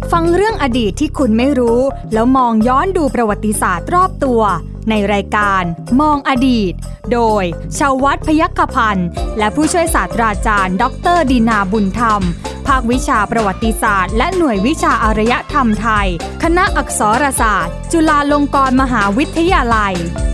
ฟังเรื่องอดีตที่คุณไม่รู้แล้วมองย้อนดูประวัติศาสตร์รอบตัวในรายการมองอดีตโดยชาววัฒน์พยัคฆพันธ์และผู้ช่วยศาสตราจารย์ดร.ดินาบุญธรรมภาควิชาประวัติศาสตร์และหน่วยวิชาอารยธรรมไทยคณะอักษรศาสตร์จุฬาลงกรณ์มหาวิทยาลัย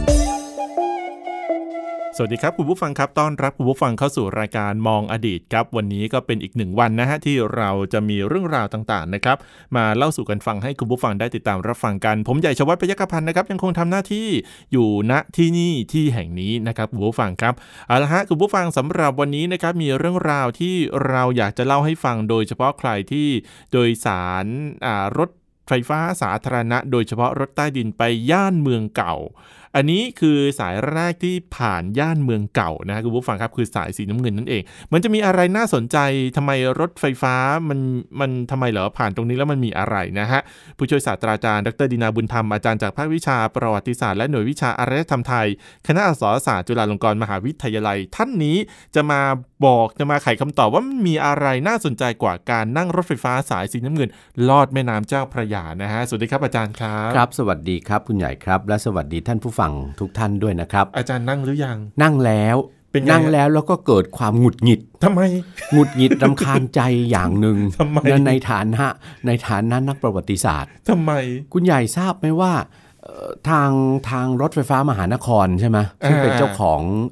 สวัสดีครับคุณผู้ฟังครับต้อนรับคุณผู้ฟังเข้าสู่รายการมองอดีตครับวันนี้ก็เป็นอีกหนึ่งวันนะฮะที่เราจะมีเรื่องราวต่างๆนะครับมาเล่าสู่กันฟังให้คุณผู้ฟังได้ติดตามรับฟังกันผมใหญ่ชวัฒน์พยัคฆพันธ์นะครับยังคงทำหน้าที่อยู่ณที่นี่ที่แห่งนี้นะครับคุณผู้ฟังครับเอาละฮะคุณผู้ฟังสำหรับวันนี้นะครับมีเรื่องราวที่เราอยากจะเล่าให้ฟังโดยเฉพาะใครที่โดยสารรถไฟฟ้าสาธารณะโดยเฉพาะรถใต้ดินไปย่านเมืองเก่าอันนี้คือสายแรกที่ผ่านย่านเมืองเก่านะคุณผู้ฟังครับคือสายสีน้ำเงินนั่นเองมันจะมีอะไรน่าสนใจทำไมรถไฟฟ้ามันทำไมเหรอผ่านตรงนี้แล้วมันมีอะไรนะฮะผู้ช่วยศาสตราจารย์ดร.ดินาบุญธรรมอาจารย์จากภาควิชาประวัติศาสตร์และหน่วยวิชาอารยธรรมไทยคณะอักษรศาสตร์จุฬาลงกรณ์มหาวิทยาลัยท่านนี้จะมาไขคำตอบว่ามันมีอะไรน่าสนใจกว่าการนั่งรถไฟฟ้าสายสีน้ำเงินลอดแม่น้ำเจ้าพระยานะฮะสวัสดีครับอาจารย์ครับครับสวัสดีครับคุณใหญ่ครับและสวัสดีท่านผู้ฟังทุกท่านด้วยนะครับอาจารย์นั่งหรือยังนั่งแล้วแล้วก็เกิดความหงุดหงิดทำไมหงุดหงิดรำคาญใจอย่างหนึ่งในฐานะนักประวัติศาสตร์ทำไมคุณใหญ่ทราบไหมว่าทางรถไฟฟ้ามหานครใช่ไหมซึ่งเป็นเจ้าของ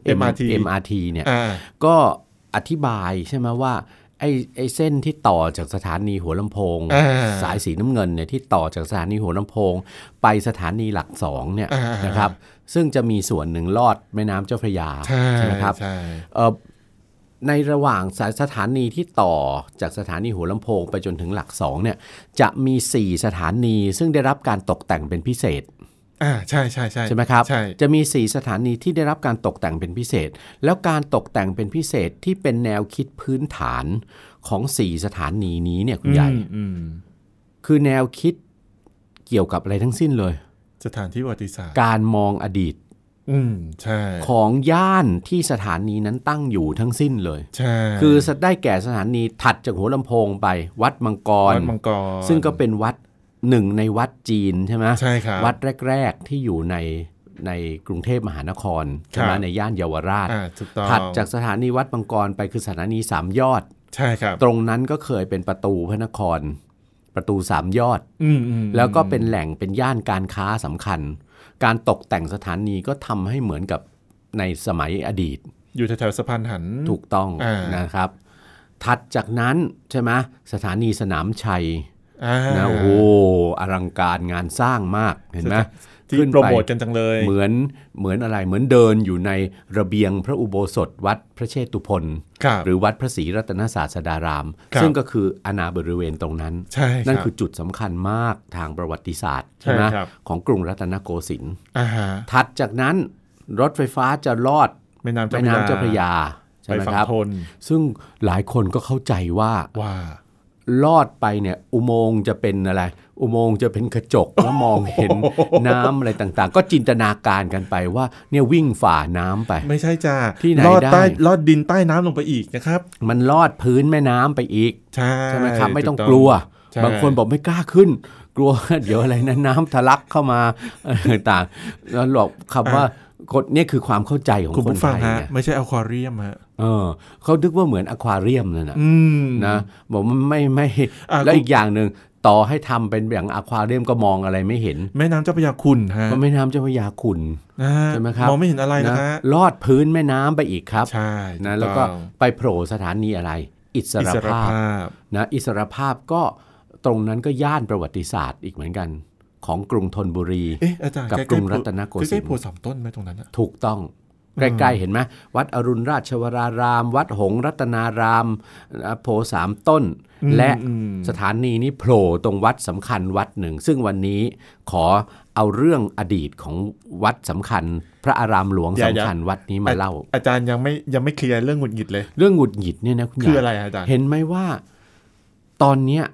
MRT เนี่ยก็อธิบายใช่ไหมว่าไอ้เส้นที่ต่อจากสถานีหัวลำโพงสายสีน้ำเงินเนี่ยที่ต่อจากสถานีหัวลำโพงไปสถานีหลัก2เนี่ยนะครับซึ่งจะมีส่วนหนึ่งลอดแม่น้ำเจ้าพระยาใช่ไหมครับในระหว่างสถานีที่ต่อจากสถานีหัวลำโพงไปจนถึงหลัก2เนี่ยจะมี4สถานีซึ่งได้รับการตกแต่งเป็นพิเศษใช่ใช่ไหมครับจะมี4สถานีที่ได้รับการตกแต่งเป็นพิเศษแล้วการตกแต่งเป็นพิเศษที่เป็นแนวคิดพื้นฐานของ4สถานีนี้เนี่ยคุณใหญ่คือแนวคิดเกี่ยวกับอะไรทั้งสิ้นเลยสถานที่ประวัติศาสตร์การมองอดีตใช่ของย่านที่สถานีนั้นตั้งอยู่ทั้งสิ้นเลยใช่คือได้แก่สถานีถัดจากหัวลำโพงไปวัดมังกรซึ่งก็เป็นวัดหนึ่งในวัดจีนใช่ไหมใช่ครับวัดแรกๆที่อยู่ในกรุงเทพมหานครใช่ไหมในย่านเยาวราชถัดจากสถานีวัดมังกรไปคือสถานีสามยอดใช่ครับตรงนั้นก็เคยเป็นประตูพระนครประตูสามยอดแล้วก็เป็นแหล่งเป็นย่านการค้าสำคัญการตกแต่งสถานีก็ทำให้เหมือนกับในสมัยอดีตอยู่แถวๆสะพานหันถูกต้องนะครับถัดจากนั้นใช่ไหมสถานีสนามชัยนะโอ้โหอลังการงานสร้างมากเห็นไหมที่โปรโมทกันจังเลยเหมือนอะไรเหมือนเดินอยู่ในระเบียงพระอุโบสถวัดพระเชตุพนหรือวัดพระศรีรัตนศาสดารามซึ่งก็คืออาณาบริเวณตรงนั้นนั่นคือจุดสำคัญมากทางประวัติศาสตร์ใช่ไหมของกรุงรัตนโกสินทร์ถัดจากนั้นรถไฟฟ้าจะลอดแม่น้ำเจ้าพระยาใช่ไหมครับซึ่งหลายคนก็เข้าใจว่าลอดไปเนี่ยอุโมงค์จะเป็นอะไรอุโมงค์จะเป็นกระจกแล้วมองเห็นน้ำอะไรต่างๆก็จินตนาการกันไปว่าเนี่ยวิ่งฝ่าน้ำไปไม่ใช่จ้าที่ไหนได้ลอดดินใต้น้ำลงไปอีกนะครับมันลอดพื้นแม่น้ำไปอีกใช่ไหมครับไม่ต้องกลัวบางคนบอกไม่กล้าขึ้นกลัวเดี๋ยวอะไรนะน้ำทะลักเข้ามาต่างๆแล้วหลอกคำว่านี่คือความเข้าใจของคนไทยไม่ใช่อควาเรียมฮะเขานึกว่าเหมือนอควาเรียมนั่นนะบอกมันไม่แล้วอีกอย่างหนึ่งต่อให้ทำเป็นอย่างอควาเรียมก็มองอะไรไม่เห็นแม่น้ำเจ้าพระยาขุ่นฮะก็แม่น้ำเจ้าพระยาขุ่นใช่ไหมครับมองไม่เห็นอะไรนะฮะลอดพื้นแม่น้ำไปอีกครับใช่นะแล้วก็ไปโผล่สถานีอะไรอิสรภาพนะอิสรภาพก็ตรงนั้นก็ย่านประวัติศาสตร์อีกเหมือนกันของกรุงธนบุรีกับกรุงรัตนโกสินทร์ใกล้ๆโพธิ์สามต้นไหมตรงนั้นถูกต้องใกล้ๆเห็นไหมวัดอรุณราชวรารามวัดหงส์รัตนารามโพธิ์สามต้นและสถานีนี้โผล่ตรงวัดสำคัญวัดหนึ่งซึ่งวันนี้ขอเอาเรื่องอดีตของวัดสำคัญพระอารามหลวงสำคัญวัดนี้มาเล่าอาจารย์ยังไม่เคลียร์เรื่องหงุดหงิดเลยเรื่องหงุดหงิดเนี่ยนะคุณคืออะไรอาจารย์เห็นไหมว่าตอนนี้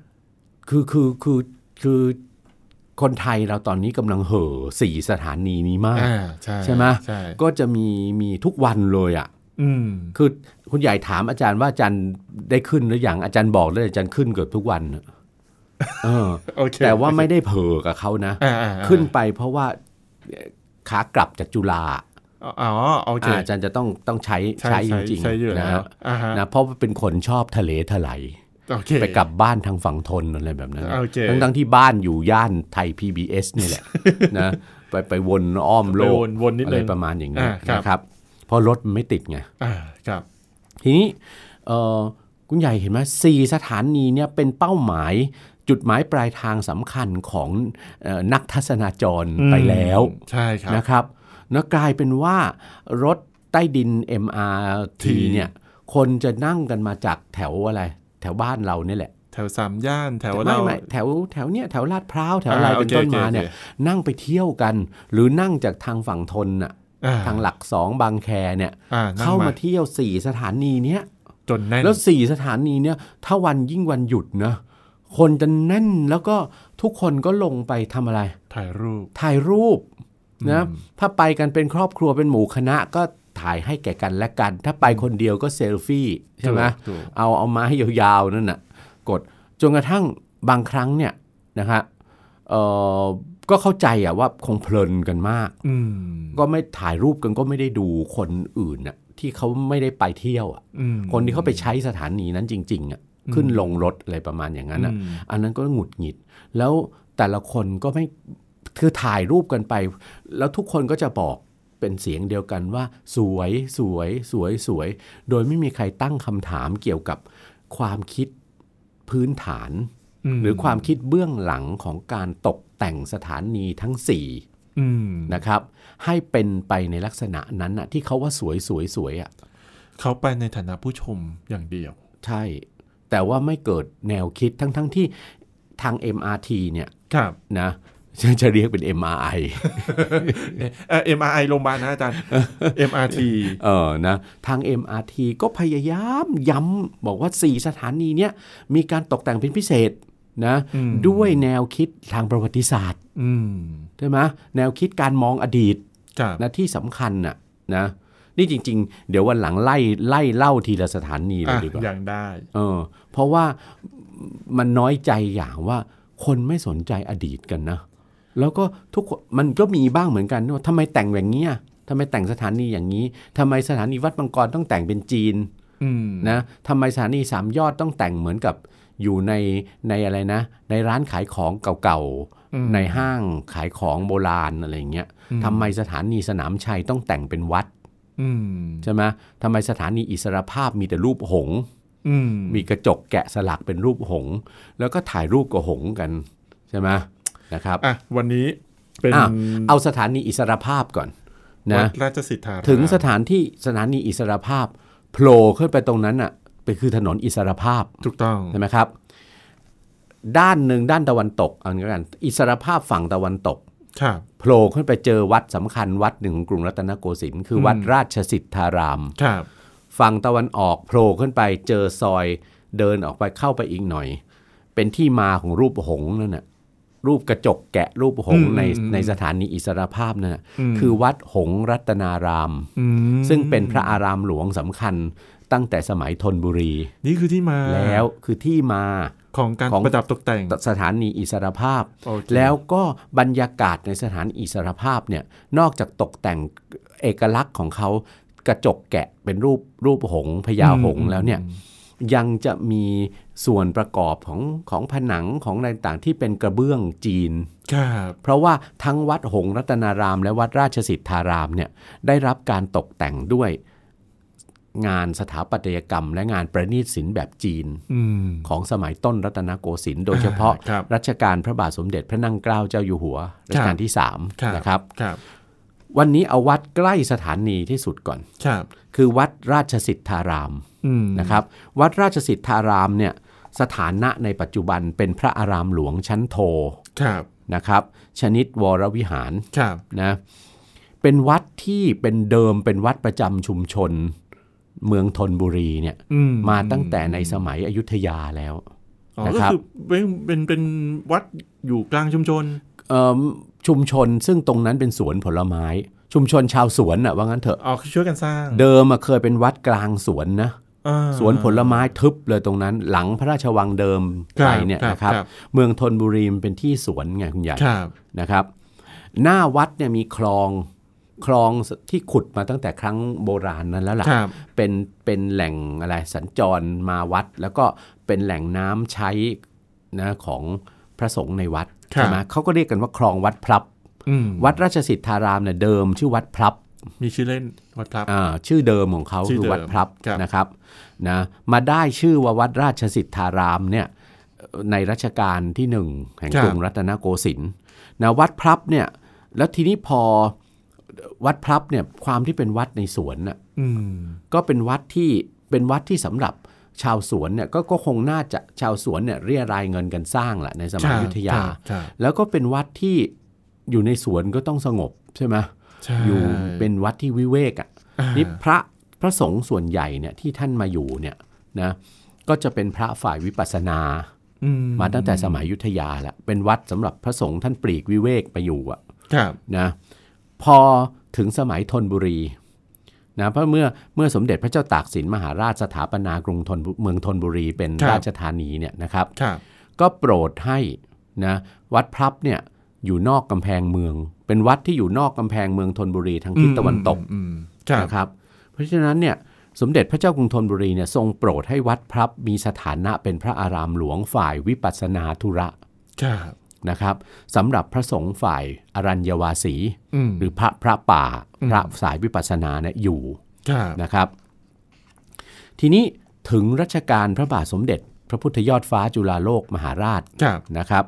คือคนไทยเราตอนนี้กำลังเห่อ4สถานีนี้มากใช่ไหมก็จะมีทุกวันเลยอ่ะคือคุณใหญ่ถามอาจารย์ว่าอาจารย์ได้ขึ้นหรือยังอาจารย์บอกเลยอาจารย์ขึ้นเกือบทุกวันแต่ว่าไม่ได้เผลอกับเขานะขึ้นไปเพราะว่าขากลับจากจุฬาโอเคอาจารย์จะต้องใช้จริงๆนะเพราะว่าเป็นคนชอบทะเลถลายไปกลับบ้านทางฝั่งทนอะไรแบบนั้นทั้งที่บ้านอยู่ย่านไทย PBS นี่แหละนะไปวนอ้อมโลกอะไรประมาณอย่างนี้นะครับเพราะรถมันไม่ติดไงทีนี้คุณใหญ่เห็นไหม4 สถานีเนี่ยเป็นเป้าหมายจุดหมายปลายทางสำคัญของนักทัศนาจรไปแล้วใช่ครับนะครับแล้วกลายเป็นว่ารถใต้ดิน MRT เนี่ยคนจะนั่งกันมาจากแถวอะไรแถวบ้านเราเนี่ยแหละแถว3 ย่านแถวเราไม่แถวเนี้ยแถวลาดพร้าวแถวอะไรเป็นต้นมาเนี่ยนั่งไปเที่ยวกันหรือนั่งจากทางฝั่งทนน่ะทางหลัก2บางแคเนี่ยเข้ามาเที่ยว4 สถานีเนี้ยจนแน่นแล้ว4 สถานีเนี่ยถ้าวันหยุดนะคนจะแน่นแล้วก็ทุกคนก็ลงไปทำอะไรถ่ายรูปนะถ้าไปกันเป็นครอบครัวเป็นหมู่คณะก็ถ่ายให้แก่กันและกันถ้าไปคนเดียวก็เซลฟี่ใช่ไหมเอามาให้ยาวๆนั่นน่ะกดจนกระทั่งบางครั้งเนี่ยนะครับก็เข้าใจว่าคงเพลินกันมากก็ไม่ถ่ายรูปกันก็ไม่ได้ดูคนอื่นน่ะที่เขาไม่ได้ไปเที่ยวคนที่เขาไปใช้สถานีนั้นจริงๆขึ้นลงรถอะไรประมาณอย่างนั้นอันนั้นก็หงุดหงิดแล้วแต่ละคนก็ไม่คือถ่ายรูปกันไปแล้วทุกคนก็จะบอกเป็นเสียงเดียวกันว่าสวยโดยไม่มีใครตั้งคำถามเกี่ยวกับความคิดพื้นฐานหรือความคิดเบื้องหลังของการตกแต่งสถานีทั้ง4นะครับให้เป็นไปในลักษณะนั้นนะที่เขาว่าสวยอ่ะเขาไปในฐานะผู้ชมอย่างเดียวใช่แต่ว่าไม่เกิดแนวคิดทั้งที่ทาง MRT เนี่ยนะจะเรียกเป็น MRI MRI โรงพยาบาลนะอาจารย์ MRT นะทาง MRT ก็พยายามย้ำบอกว่า4 สถานีเนี้ยมีการตกแต่งเป็นพิเศษนะด้วยแนวคิดทางประวัติศาสตร์ใช่ไหมแนวคิดการมองอดีตนะที่สำคัญนะนี่จริงๆเดี๋ยววันหลังไล่เล่าทีละสถานีเลยดีกว่าอย่างได้เพราะว่ามันน้อยใจอย่างว่าคนไม่สนใจอดีตกันนะแล้วก็ทุกคนมันก็มีบ้างเหมือนกันว่าทำไมแต่งอย่างนี้ทำไมแต่งสถานีอย่างนี้ทำไมสถานีวัดบางกรต้องแต่งเป็นจีนนะทำไมสถานี3 ยอดต้องแต่งเหมือนกับอยู่ในอะไรนะในร้านขายของเก่าๆในห้างขายของโบราณอะไรเงี้ยทำไมสถานีสนามชัยต้องแต่งเป็นวัดใช่ไหมทำไมสถานีอิสรภาพมีแต่รูปหงส์มีกระจกแกะสลักเป็นรูปหงส์แล้วก็ถ่ายรูปกับหงส์กันใช่ไหมนะครับวันนี้เป็นเอาสถานีอิสรภาพก่อนนะราชสิทธารามถึงสถานีอิสรภาพโผล่ขึ้นไปตรงนั้นเป็นคือถนนอิสรภาพถูกต้องใช่ไหมครับด้านหนึ่งด้านตะวันตกเอางี้กันอิสรภาพฝั่งตะวันตกโผล่ขึ้นไปเจอวัดสำคัญวัดหนึ่งของกรุงรัตนโกสินทร์คือวัดราชสิทธารามฝั่งตะวันออกโผล่ขึ้นไปเจอซอยเดินออกไปเข้าไปอีกหน่อยเป็นที่มาของรูปหงส์นั่นน่ะรูปกระจกแกะรูปหงส์ในสถานีอิสรภาพนั่นคือวัดหงส์รัตนารามซึ่งเป็นพระอารามหลวงสำคัญตั้งแต่สมัยธนบุรีนี่คือที่มาแล้วคือที่มาของการประดับตกแต่งสถานีอิสรภาพแล้วก็บรรยากาศในสถานีอิสรภาพเนี่ยนอกจากตกแต่งเอกลักษณ์ของเขากระจกแกะเป็นรูปหงส์พญาหงส์แล้วเนี่ยยังจะมีส่วนประกอบของผนังของอะไรต่างที่เป็นกระเบื้องจีนเพราะว่าทั้งวัดหงส์รัตนารามและวัดราชสิทธารามเนี่ยได้รับการตกแต่งด้วยงานสถาปัตยกรรมและงานประณีตศิลป์แบบจีนของสมัยต้นรัตนโกสินทร์โดยเฉพาะรัชกาลพระบาทสมเด็จพระนั่งเกล้าเจ้าอยู่หัวรัชกาลที่3นะครับวันนี้เอาวัดใกล้สถานีที่สุดก่อนคือวัดราชสิทธารามนะครับวัดราชสิทธารามเนี่ยสถานะในปัจจุบันเป็นพระอารามหลวงชั้นโทนะครับชนิดวรวิหารนะเป็นวัดที่เป็นเดิมเป็นวัดประจำชุมชนเมืองธนบุรีเนี่ยมาตั้งแต่ในสมัยอยุธยาแล้วนะครับก็คือเป็นวัดอยู่กลางชุมชนชุมชนซึ่งตรงนั้นเป็นสวนผลไม้ชุมชนชาวสวนว่างั้นเถอะช่วยกันสร้างเดิมเคยเป็นวัดกลางสวนนะสวนผลไม้ทึบเลยตรงนั้นหลังพระราชวังเดิมไปเนี่ยนะครับเมืองธนบุรีมันเป็นที่สวนไงคุณใหญ่นะครับหน้าวัดเนี่ยมีคลองที่ขุดมาตั้งแต่ครั้งโบราณนั้นแล้วล่ะเป็นแหล่งอะไรสัญจรมาวัดแล้วก็เป็นแหล่งน้ำใช้นะของพระสงฆ์ในวัดใช่ไหมเขาก็เรียกกันว่าคลองวัดพลับวัดราชสิทธารามเนี่ยเดิมชื่อวัดพลับมีชื่อเล่นวัดพลับชื่อเดิมของเขาคือวัดพลับนะครับนะมาได้ชื่อว่าวัดราชสิทธารามเนี่ยในรัชกาลที่1แห่งกรุงรัตนโกสินทร์นะวัดพลับเนี่ยแล้วทีนี้พอวัดพลับเนี่ยความที่เป็นวัดในสวนน่ะก็เป็นวัดที่สำหรับชาวสวนเนี่ยก็คงน่าจะชาวสวนเนี่ยเรียรายเงินกันสร้างแหละในสมัยอยุธยาแล้วก็เป็นวัดที่อยู่ในสวนก็ต้องสงบใช่ไหมอยู่เป็นวัดที่วิเวกอ่ะนี่พระสงฆ์ส่วนใหญ่เนี่ยที่ท่านมาอยู่เนี่ยนะก็จะเป็นพระฝ่ายวิปัสสนามาตั้งแต่สมัยอยุธยาแล้วเป็นวัดสำหรับพระสงฆ์ท่านปลีกวิเวกไปอยู่อ่ะนะพอถึงสมัยธนบุรีนะเพราะเมื่อสมเด็จพระเจ้าตากสินมหาราชสถาปนากรุงเมืองธนบุรีเป็นราชธานีเนี่ยนะครับก็โปรดให้นะวัดพลับเนี่ยอยู่นอกกำแพงเมืองเป็นวัดที่อยู่นอกกำแพงเมืองธนบุรีทางทิศตะวันตกนะครับเพราะฉะนั้นเนี่ยสมเด็จพระเจ้ากรุงธนบุรีเนี่ยทรงโปรดให้วัดพลับมีสถานะเป็นพระอารามหลวงฝ่ายวิปัสสนาธุระนะครับสำหรับพระสงฆ์ฝ่ายอรัญญวาสีหรือพระป่าพระสายวิปัสสนาเนี่ยอยู่นะครับทีนี้ถึงรัชกาลพระบาทสมเด็จพระพุทธยอดฟ้าจุฬาโลกมหาราชนะครับ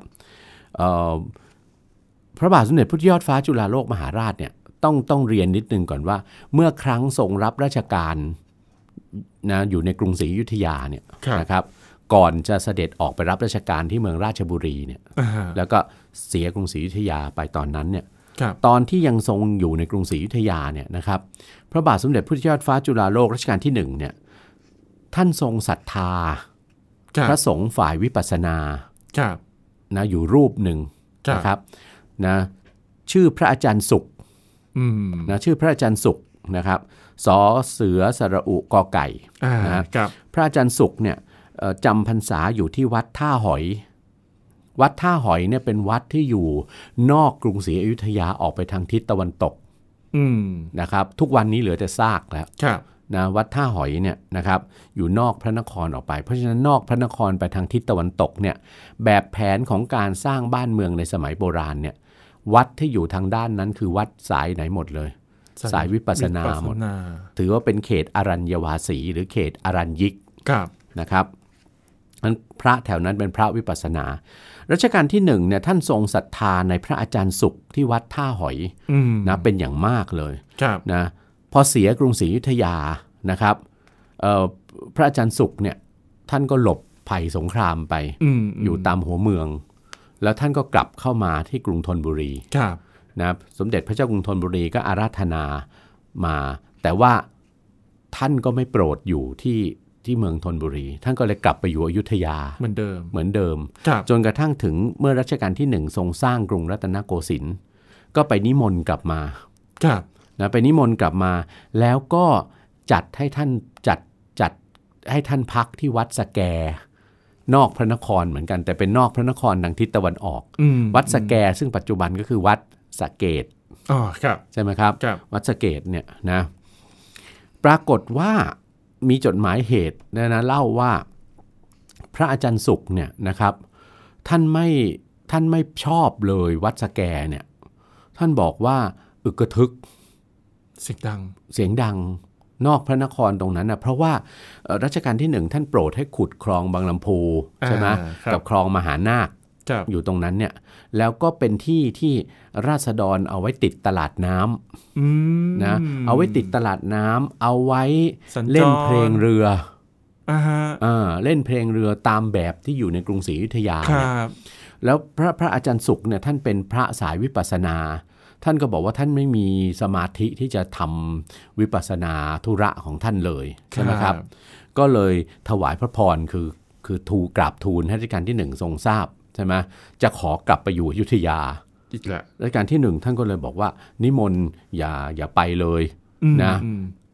พระบาทสมเด็จพระพุทธยอดฟ้าจุฬาโลกมหาราชเนี่ยต้องเรียนนิดนึงก่อนว่าเมื่อครั้งทรงรับราชการนะอยู่ในกรุงศรีอยุธยาเนี่ยนะครับก่อนจะเสด็จออกไปรับราชการที่เมืองราชบุรีเนี่ยแล้วก็เสียกรุงศรีอยุธยาไปตอนนั้นเนี่ยตอนที่ยังทรงอยู่ในกรุงศรีอยุธยาเนี่ยนะครับพระบาทสมเด็จพระพุทธยอดฟ้าจุฬาโลกรัชกาลที่1เนี่ยท่านทรงศรัทธาพระสงฆ์ฝ่ายวิปัสสนานะอยู่รูปหนึ่งนะครับนะชื่อพระอาจารย์สุขนะชื่อพระอาจารย์สุขนะครับสอเสือสระอุกอไก่นะพระอาจารย์สุขเนี่ยจำพรรษาอยู่ที่วัดท่าหอยวัดท่าหอยเนี่ยเป็นวัดที่อยู่นอกกรุงศรีอยุธยาออกไปทางทิศตะวันตกนะครับทุกวันนี้เหลือแต่ซากแล้วนะวัดท่าหอยเนี่ยนะครับอยู่นอกพระนครออกไปเพราะฉะนั้นนอกพระนครไปทางทิศตะวันตกเนี่ยแบบแผนของการสร้างบ้านเมืองในสมัยโบราณเนี่ยวัดที่อยู่ทางด้านนั้นคือวัดสายไหนหมดเลยสายวิปัสสนาหมดถือว่าเป็นเขตอรัญญวาสีหรือเขตอรัญญิกนะครับนั้นพระแถวนั้นเป็นพระวิปัสสนารัชกาลที่1เนี่ยท่านทรงศรัทธาในพระอาจารย์สุขที่วัดท่าหอยนะเป็นอย่างมากเลยนะพอเสียกรุงศรีอยุธยานะครับพระอาจารย์สุขเนี่ยท่านก็หลบภัยสงครามไปอยู่ตามหัวเมืองแล้วท่านก็กลับเข้ามาที่กรุงธนบุรีนะสมเด็จพระเจ้ากรุงธนบุรีก็อาราธนามาแต่ว่าท่านก็ไม่โปรดอยู่ที่เมืองธนบุรีท่านก็เลยกลับไปอยู่อยุธยาเหมือนเดิมจนกระทั่งถึงเมื่อรัชกาลที่1ทรงสร้างกรุงรัตนโกสินทร์ก็ไปนิมนต์กลับมานะไปนิมนต์กลับมาแล้วก็จัดให้ท่านพักที่วัดสแกนอกพระนครเหมือนกันแต่เป็นนอกพระนครทางทิศตะวันออกวัดสแกซึ่งปัจจุบันก็คือวัดสะเกษใช่ไหมครับวัดสะเกษเนี่ยนะปรากฏว่ามีจดหมายเหตุนะเล่าว่าพระอาจารย์สุขเนี่ยนะครับท่านไม่ชอบเลยวัดสแกเนี่ยท่านบอกว่าอึกกระทึกเสียงดังนอกพระนครตรงนั้นนะเพราะว่ารัชกาลที่1ท่านโปรดให้ขุดคลองบางลำพูใช่ไหมกับคลองมหานาคอยู่ตรงนั้นเนี่ยแล้วก็เป็นที่ราษฎรเอาไว้ติดตลาดน้ำนะเอาไว้ติดตลาดน้ำเอาไว้เล่นเพลงเรือเล่นเพลงเรือตามแบบที่อยู่ในกรุงศรีอยุธยาแล้วพระอาจารย์สุขเนี่ยท่านเป็นพระสายวิปัสสนาท่านก็บอกว่าท่านไม่มีสมาธิที่จะทำวิปัสสนาธุระของท่านเลยใช่ไหมครับก็เลยถวายพระพรคือกราบทูลให้รัชกาลที่1ทรงทราบใช่ไหมจะขอกลับไปอยู่อยุธยาอีกแล้วรัชกาลที่1ท่านก็เลยบอกว่านิมนต์อย่าไปเลยนะ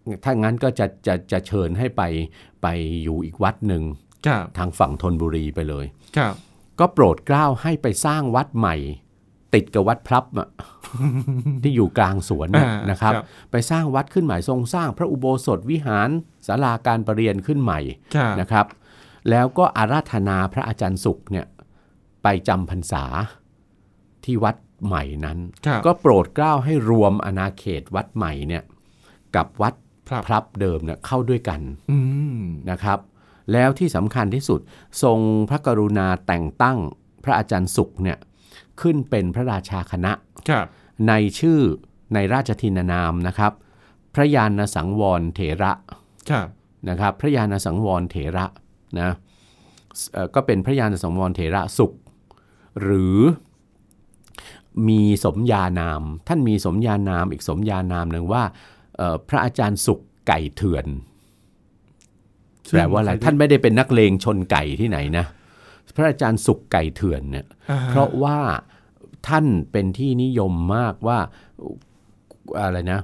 ถ้างั้นก็จะเชิญให้ไปอยู่อีกวัดหนึ่งทางฝั่งธนบุรีไปเลยก็โปรดเกล้าให้ไปสร้างวัดใหม่ติดกับวัดพลับ ที่อยู่กลางสวนนะครับไปสร้างวัดขึ้นใหม่ทรงสร้างพระอุโบสถวิหารศาลาการประเรียนขึ้นใหม่นะครับแล้วก็อาราธนาพระอาจารย์สุขเนี่ยไปจำพรรษาที่วัดใหม่นั้นก็โปรดเกล้าให้รวมอาณาเขตวัดใหม่เนี่ยกับวัดพลับเดิมเนี่ยเข้าด้วยกันนะครับแล้วที่สำคัญที่สุดทรงพระกรุณาแต่งตั้งพระอาจารย์สุขเนี่ยขึ้นเป็นพระราชาคณะในชื่อในราชทินนามนะครับพระยานสังวรเถระนะครับพระยานสังวรเถระนะก็เป็นพระยานสังวรเถระสุขหรือมีสมญานามท่านมีสมญานามอีกสมญานามหนึ่งว่าพระอาจารย์สุขไก่เถื่อนแปลว่าอะไรท่านไม่ได้เป็นนักเลงชนไก่ที่ไหนนะพระอาจารย์สุขไก่เถื่อนเนี่ยเพราะว่าท่านเป็นที่นิยมมากว่าอะไรนะ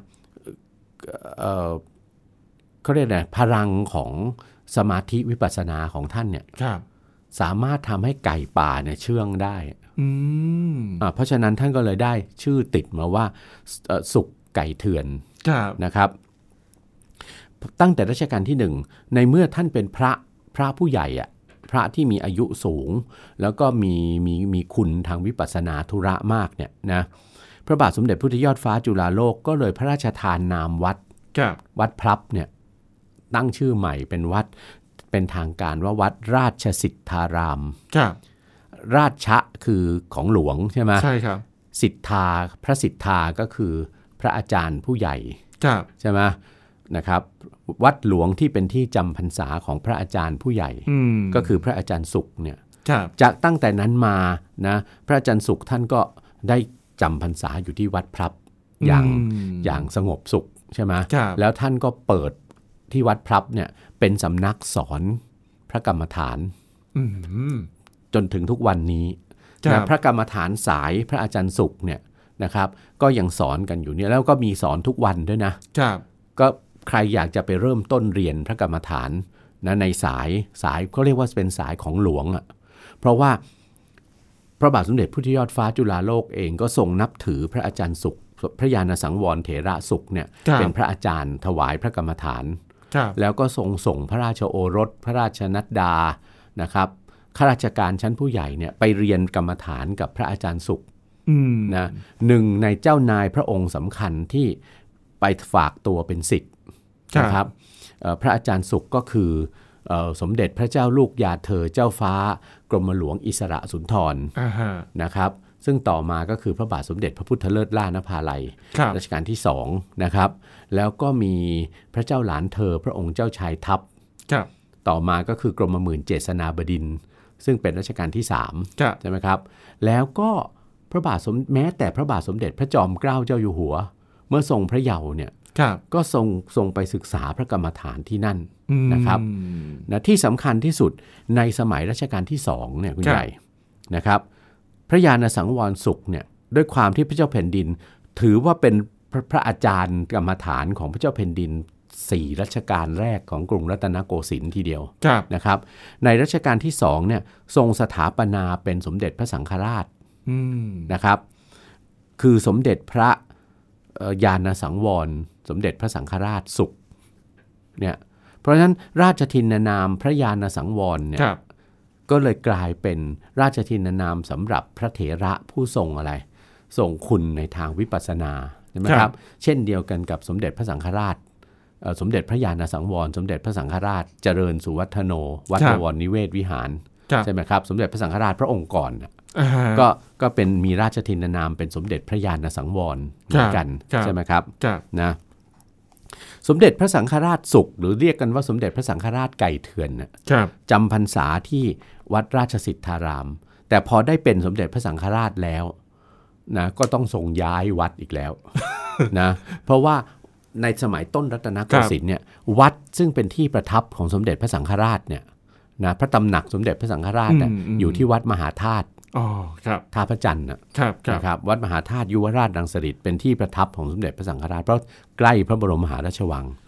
เขาเรียกอะไรพลังของสมาธิวิปัสสนาของท่านเนี่ยสามารถทำให้ไก่ป่าเนี่ยเชื่องได้เพราะฉะนั้นท่านก็เลยได้ชื่อติดมาว่าสุขไก่เถื่อนนะครับตั้งแต่รัชกาลที่1ในเมื่อท่านเป็นพระผู้ใหญ่อะพระที่มีอายุสูงแล้วก็มีคุณทางวิปัสสนาธุระมากเนี่ยนะพระบาทสมเด็จพุทธยอดฟ้าจุฬาโลกก็เลยพระราชทานนามวัดพลับเนี่ยตั้งชื่อใหม่เป็นวัดเป็นทางการว่าวัดราชสิทธารามราชะคือของหลวงใช่ไหมใช่ครับสิทธาพระสิทธาก็คือพระอาจารย์ผู้ใหญ่ใช่ไหมนะครับวัดหลวงที่เป็นที่จำพรรษาของพระอาจารย์ผู้ใหญ่ก็คือพระอาจารย์สุขเนี่ยจากตั้งแต่นั้นมานะพระอาจารย์สุขท่านก็ได้จำพรรษาอยู่ที่วัดพลับอย่างสงบสุขใช่ไหมแล้วท่านก็เปิดที่วัดพลับเนี่ยเป็นสำนักสอนพระกรรมฐานจนถึงทุกวันนี้นะพระกรรมฐานสายพระอาจารย์สุขเนี่ยนะครับก็ยังสอนกันอยู่เนี่ยแล้วก็มีสอนทุกวันด้วยนะก็ใครอยากจะไปเริ่มต้นเรียนพระกรรมฐานนะในสายเขาเรียกว่าเป็นสายของหลวงอ่ะเพราะว่าพระบาทสมเด็จพุทธยอดฟ้าจุฬาโลกเองก็ทรงนับถือพระอาจารย์สุขพระยานสังวรเถระสุขเนี่ยเป็นพระอาจารย์ถวายพระกรรมฐานแล้วก็ส่งพระราชโอรสพระราชนัดดานะครับข้าราชการชั้นผู้ใหญ่เนี่ยไปเรียนกรรมฐานกับพระอาจารย์สุขนะหนึ่งในเจ้านายพระองค์สำคัญที่ไปฝากตัวเป็นศิษย์นะครับพระอาจารย์สุขก็คือสมเด็จพระเจ้าลูกยาเธอเจ้าฟ้ากรมหลวงอิสระสุนทรนะครับซึ่งต่อมาก็คือพระบาทสมเด็จพระพุทธเลิศล่านภาลัยรัชกาลที่2นะครับแล้วก็มีพระเจ้าหลานเธอพระองค์เจ้าชายทัพต่อมาก็คือกรมหมื่นเจษฎาบดินทร์ซึ่งเป็นรัชกาลที่3ใช่ไหมครับแล้วก็แม้แต่พระบาทสมเด็จพระจอมเกล้าเจ้าอยู่หัวเมื่อทรงพระเยาว์เนี่ยก็ทรงไปศึกษาพระกรรมฐานที่นั่นนะครับนะที่สำคัญที่สุดในสมัยรัชกาลที่2เนี่ยคุณใหญ่นะครับพระยานสังวรสุขเนี่ยด้วยความที่พระเจ้าแผ่นดินถือว่าเป็นพระอาจารย์กรรมฐานของพระเจ้าแผ่นดิน4รัชกาลแรกของกรุงรัตนโกสินทร์ทีเดียวนะครับในรัชกาลที่2เนี่ยทรงสถาปนาเป็นสมเด็จพระสังฆราชนะครับคือสมเด็จพระยานสังวรสมเด็จพระสังฆราชสุขเนี่ยเพราะฉะนั้นราชทินนามพระยานสังวรเนี่ยก็เลยกลายเป็นราชทินนามสำหรับพระเถระผู้ทรงอะไรทรงคุณในทางวิปัสสนาใช่ไหมครับเช่นเดียวกันกับสมเด็จพระสังฆราชสมเด็จพระยานสังวรสมเด็จพระสังฆราชเจริญสุวัฒโนวัดบวรนิเวศวิหารใช่ไหมครับสมเด็จพระสังฆราชพระองค์ก่อนก็เป็นมีราชทินนามเป็นสมเด็จพระยานสังวรเหมือนกันใช่ไหมครับนะสมเด็จพระสังฆราชสุขหรือเรียกกันว่าสมเด็จพระสังฆราชไก่เถื่อนจำพรรษาที่วัดราชสิทธารามแต่พอได้เป็นสมเด็จพระสังฆราชแล้วนะก็ต้องส่งย้ายวัดอีกแล้ว นะเพราะว่าในสมัยต้นรัตนโกสินทร์เนี่ยวัดซึ่งเป็นที่ประทับของสมเด็จพระสังฆราชเนี่ยนะพระตำหนักสมเด็จพระสังฆราชอยู่ที่วัดมหาธาตุท่าพระจันทร์นะครับวัดมหาธาตุยุวราชรังสฤษเป็นที่ประทับของสมเด็จพระสังฆราชเพราะใกล้พระบรมมหาราชวัง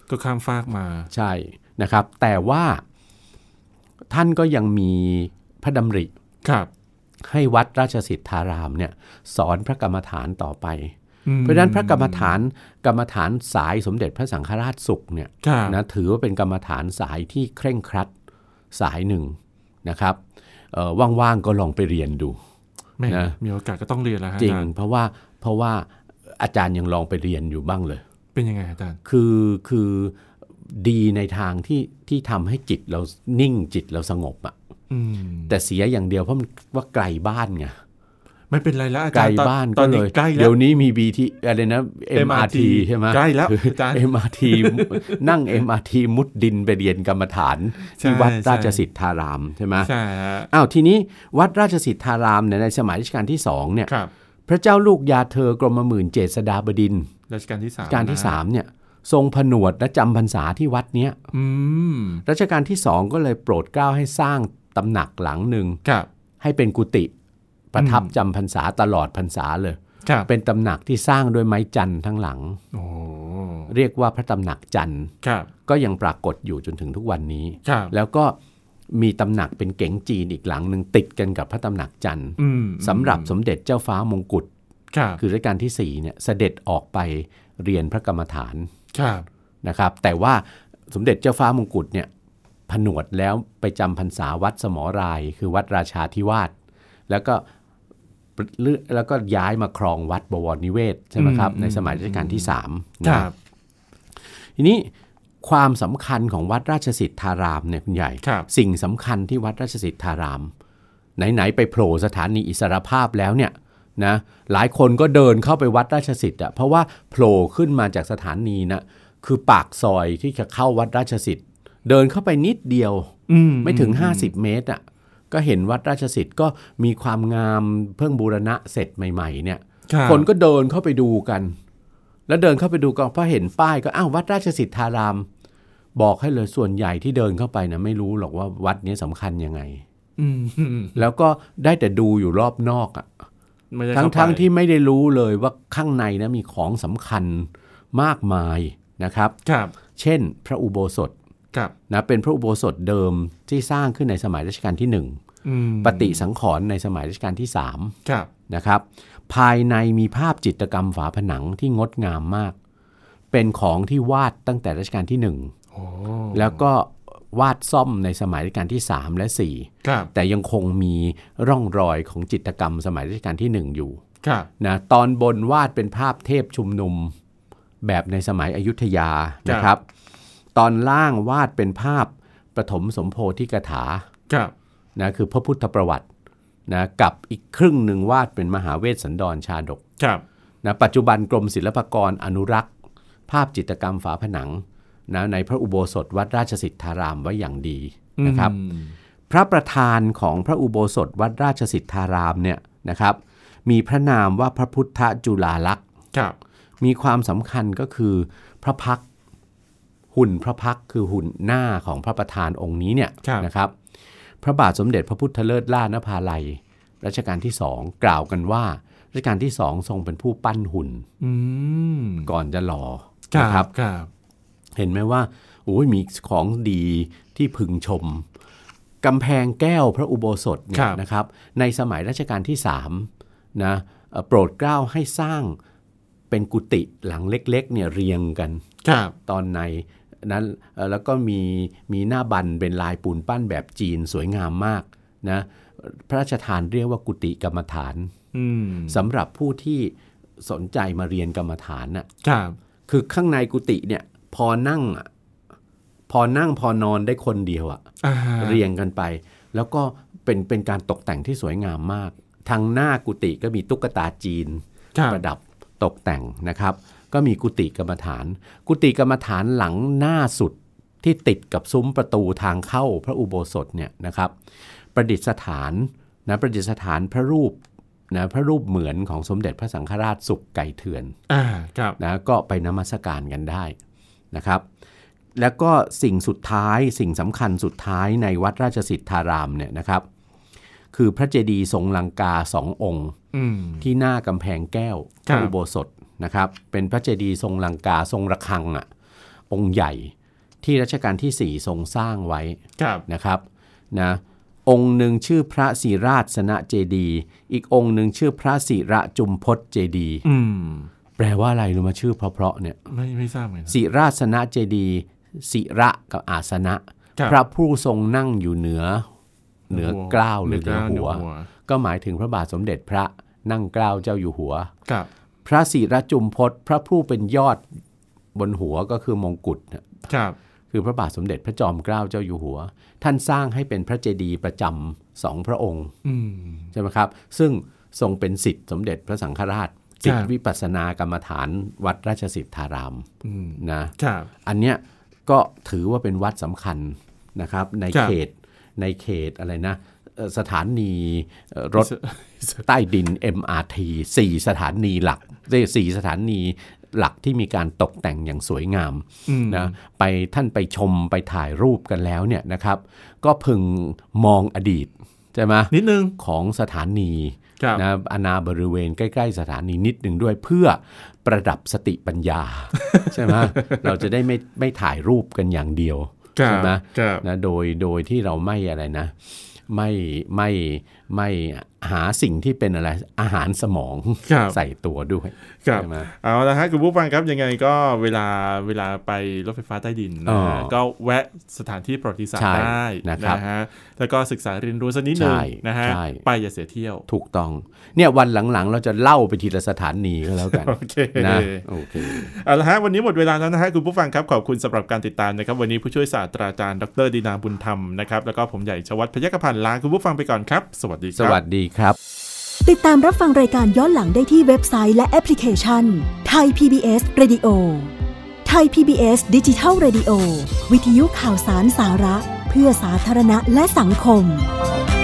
ก็ข้ามฟากมาใช่นะครับแต่ว่าท่านก็ยังมีพระดำริให้วัดราชสิทธารามเนี่ยสอนพระกรรมฐานต่อไปเพราะฉะนั้นพระกรรมฐานสายสมเด็จพระสังฆราชสุขเนี่ยนะถือว่าเป็นกรรมฐานสายที่เคร่งครัดสายหนึ่งนะครับว่างๆก็ลองไปเรียนดูนะมีโอกาสก็ต้องเรียนแล้วจริงเพราะว่าอาจารย์ยังลองไปเรียนอยู่บ้างเลยเป็นยังไงอาจารย์คือดีในทางที่ทำให้จิตเรานิ่งจิตเราสงบอ่ะแต่เสียอย่างเดียวเพราะมันว่าไกลบ้านไงไม่เป็นไรแล้วอาจารย์ไกลบ้านก็เลยเดี๋ยวนี้มี BT อะไรนะ MRT ใช่ไหมใกล้แล้วอาจารย์ MRT นั่ง MRT มุดดินไปเรียนกรรมฐานที่วัดราชสิทธารามใช่ไหมใช่ทีนี้วัดราชสิทธารามในสมัยรัชกาลที่2เนี่ยพระเจ้าลูกยาเธอกรมหมื่นเจษฎาบดินทร์รัชกาลที่ 3เนี่ยทรงผนวดและจำพรรษาที่วัดเนี้ยรัชกาลที่2ก็เลยโปรดเกล้าให้สร้างตำหนักหลังหนึ่งให้เป็นกุฏิประทับจำพรรษาตลอดพรรษาเลยเป็นตำหนักที่สร้างด้วยไม้จันทร์ทั้งหลังเรียกว่าพระตำหนักจันทร์ก็ยังปรากฏอยู่จนถึงทุกวันนี้แล้วก็มีตำหนักเป็นเก๋งจีนอีกหลังหนึ่งติดกันกับพระตำหนักจันทร์สำหรับสมเด็จเจ้าฟ้ามงกุฎคือรัชกาลที่4เนี่ยเสด็จออกไปเรียนพระกรรมฐานนะครับแต่ว่าสมเด็จเจ้าฟ้ามงกุฎเนี่ยผนวดแล้วไปจำพรรษาวัดสมรายคือวัดราชาธิวาสแล้วก็ย้ายมาครองวัดบวรนิเวศใช่ไหมครับในสมัยรัชกาลที่3นะครับทีนี้ความสำคัญของวัดราชสิทธารามเนี่ยคุณใหญ่สิ่งสำคัญที่วัดราชสิทธารามไหนๆไปโผล่สถานีอิสรภาพแล้วเนี่ยนะหลายคนก็เดินเข้าไปวัดราชสิทธิ์เพราะว่าโผล่ขึ้นมาจากสถานีนะคือปากซอยที่จะเข้าวัดราชสิทธิ์เดินเข้าไปนิดเดียวไม่ถึง50เมตรก็เห็นวัดราชสิทธิ์ก็มีความงามเพิ่งบูรณะเสร็จใหม่ๆเนี่ยคนก็เดินเข้าไปดูกันแล้วเดินเข้าไปดูก็พอเห็นป้ายก็วัดราชสิทธารามบอกให้เลยส่วนใหญ่ที่เดินเข้าไปนะไม่รู้หรอกว่าวัดนี้สำคัญยังไงแล้วก็ได้แต่ดูอยู่รอบนอกทั้งที่ไม่ได้รู้เลยว่าข้างในนะมีของสำคัญมากมายนะครับเช่นพระอุโบสถนะเป็นพระอุโบสถเดิมที่สร้างขึ้นในสมัยรัชกาลที่1ปฏิสังขรณ์ในสมัยรัชกาลที่3นะครับภายในมีภาพจิตรกรรมฝาผนังที่งดงามมากเป็นของที่วาดตั้งแต่รัชกาลที่1แล้วก็วาดซ่อมในสมัยรัชกาลที่3และ4แต่ยังคงมีร่องรอยของจิตรกรรมสมัยรัชกาลที่1อยู่นะตอนบนวาดเป็นภาพเทพชุมนุมแบบในสมัยอยุธยานะครับตอนล่างวาดเป็นภาพปฐมสมโพธิกถานะคือพระพุทธประวัตินะกับอีกครึ่งหนึ่งวาดเป็นมหาเวสสันดรชาดกนะปัจจุบันกรมศิลปากรอนุรักษ์ภาพจิตรกรรมฝาผนังนะในพระอุโบสถวัดราชสิทธารามไว้อย่างดีนะครับพระประธานของพระอุโบสถวัดราชสิทธารามเนี่ยนะครับมีพระนามว่าพระพุทธจุฬาลักษณ์มีความสำคัญก็คือพระพักตร์หุ่นพระพักตร์คือหุ่นหน้าของพระประธานองค์นี้เนี่ยนะครับพระบาทสมเด็จพระพุทธเลิศล่านภาลัยรัชกาลที่2กล่าวกันว่ารัชกาลที่2ทรงเป็นผู้ปั้นหุ่นก่อนจะหล่อนะครับเห็นไหมว่าโอ้ยมีของดีที่พึงชมกำแพงแก้วพระอุโบสถเนี่ยนะครับในสมัยรัชกาลที่3นะโปรดเกล้าให้สร้างเป็นกุฏิหลังเล็กๆเนี่ยเรียงกันตอนในนั้นแล้วก็มีหน้าบันเป็นลายปูนปั้นแบบจีนสวยงามมากนะพระราชทานเรียกว่ากุฏิกรรมฐานสำหรับผู้ที่สนใจมาเรียนกรรมฐานน่ะคือข้างในกุฏิเนี่ยพอนั่งพอนอนได้คนเดียวเรียงกันไปแล้วก็เป็นการตกแต่งที่สวยงามมากทางหน้ากุฏิก็มีตุ๊กตาจีนประดับตกแต่งนะครับก็มีกุฏิกรรมฐานหลังหน้าสุดที่ติดกับซุ้มประตูทางเข้าพระอุโบสถเนี่ยนะครับประดิษฐานพระรูปเหมือนของสมเด็จพระสังฆราชสุขไก่เถื่อนนะก็ไปนมัสการกันได้นะครับแล้วก็สิ่งสำคัญสุดท้ายในวัดราชสิทธารามเนี่ยนะครับคือพระเจดีย์ทรงลังกา2องค์ที่หน้ากำแพงแก้วพระอุโบสถนะครับเป็นพระเจดีย์ทรงลังกาทรงระฆังองค์ใหญ่ที่รัชกาลที่4ทรงสร้างไว้นะครับนะองค์หนึ่งชื่อพระศิราสนเจดีย์อีกองค์หนึ่งชื่อพระศิระจุมพจน์เจดีย์แปลว่าอะไรรู้ไหมชื่อเพราะๆเนี่ยไม่ทราบเลยศิราสนเจดีย์ศิระกับอาสนะพระผู้ทรงนั่งอยู่เหนือเกล้าหรือเหนือหัวก็หมายถึงพระบาทสมเด็จพระนั่งเกล้าเจ้าอยู่หัวพระศิระจุมพจน์พระผู้เป็นยอดบนหัวก็คือมงกุฎคือพระบาทสมเด็จพระจอมเกล้าเจ้าอยู่หัวท่านสร้างให้เป็นพระเจดีย์ประจำ2พระองค์ใช่ไหมครับซึ่งทรงเป็นศิษย์สมเด็จพระสังฆราชศิษย์วิปัสสนากรรมฐานวัดราชสิทธารามนะอันเนี้ยก็ถือว่าเป็นวัดสำคัญนะครับในเขตอะไรนะสถานีรถใต้ดิน MRT 4 สถานีหลัก4 สถานีหลักที่มีการตกแต่งอย่างสวยงามนะท่านไปชมไปถ่ายรูปกันแล้วเนี่ยนะครับก็พึงมองอดีตใช่ไหมนิดนึงของสถานีนะอาณาบริเวณใกล้ๆสถานีนิดนึงด้วยเพื่อประดับสติปัญญา ใช่ไหมเราจะได้ไม่ถ่ายรูปกันอย่างเดียวใช่ไหมนะโดยที่เราไม่อะไรนะไม่หาสิ่งที่เป็นอะไรอาหารสมองใส่ตัวด้วยใช่ไหมเอาละฮะคุณผู้ฟังครับยังไงก็เวลาไปรถไฟฟ้าใต้ดินนะฮะก็แวะสถานที่ประวัติศาสตร์ได้นะฮะแล้วก็ศึกษาเรียนรู้สักนิดนึงนะฮะไปอย่าเสียเที่ยวถูกต้องเนี่ยวันหลังๆเราจะเล่าไปทีละสถานีก็แล้วกันโอเคนะโอเคเอาละฮะวันนี้หมดเวลาแล้วนะฮะคุณผู้ฟังครับขอบคุณสำหรับการติดตามนะครับวันนี้ผู้ช่วยศาสตราจารย์ดร.ดินาบุญธรรมนะครับแล้วก็ผมใหญ่ชวัฒน์พยัคฆพันธ์ลาคุณผู้ฟังไปก่อนครับสวัสดีครับสวัสดีครับติดตามรับฟังรายการย้อนหลังได้ที่เว็บไซต์และแอปพลิเคชัน Thai PBS Radio Thai PBS Digital Radio วิทยุข่าวสารสาระเพื่อสาธารณะและสังคม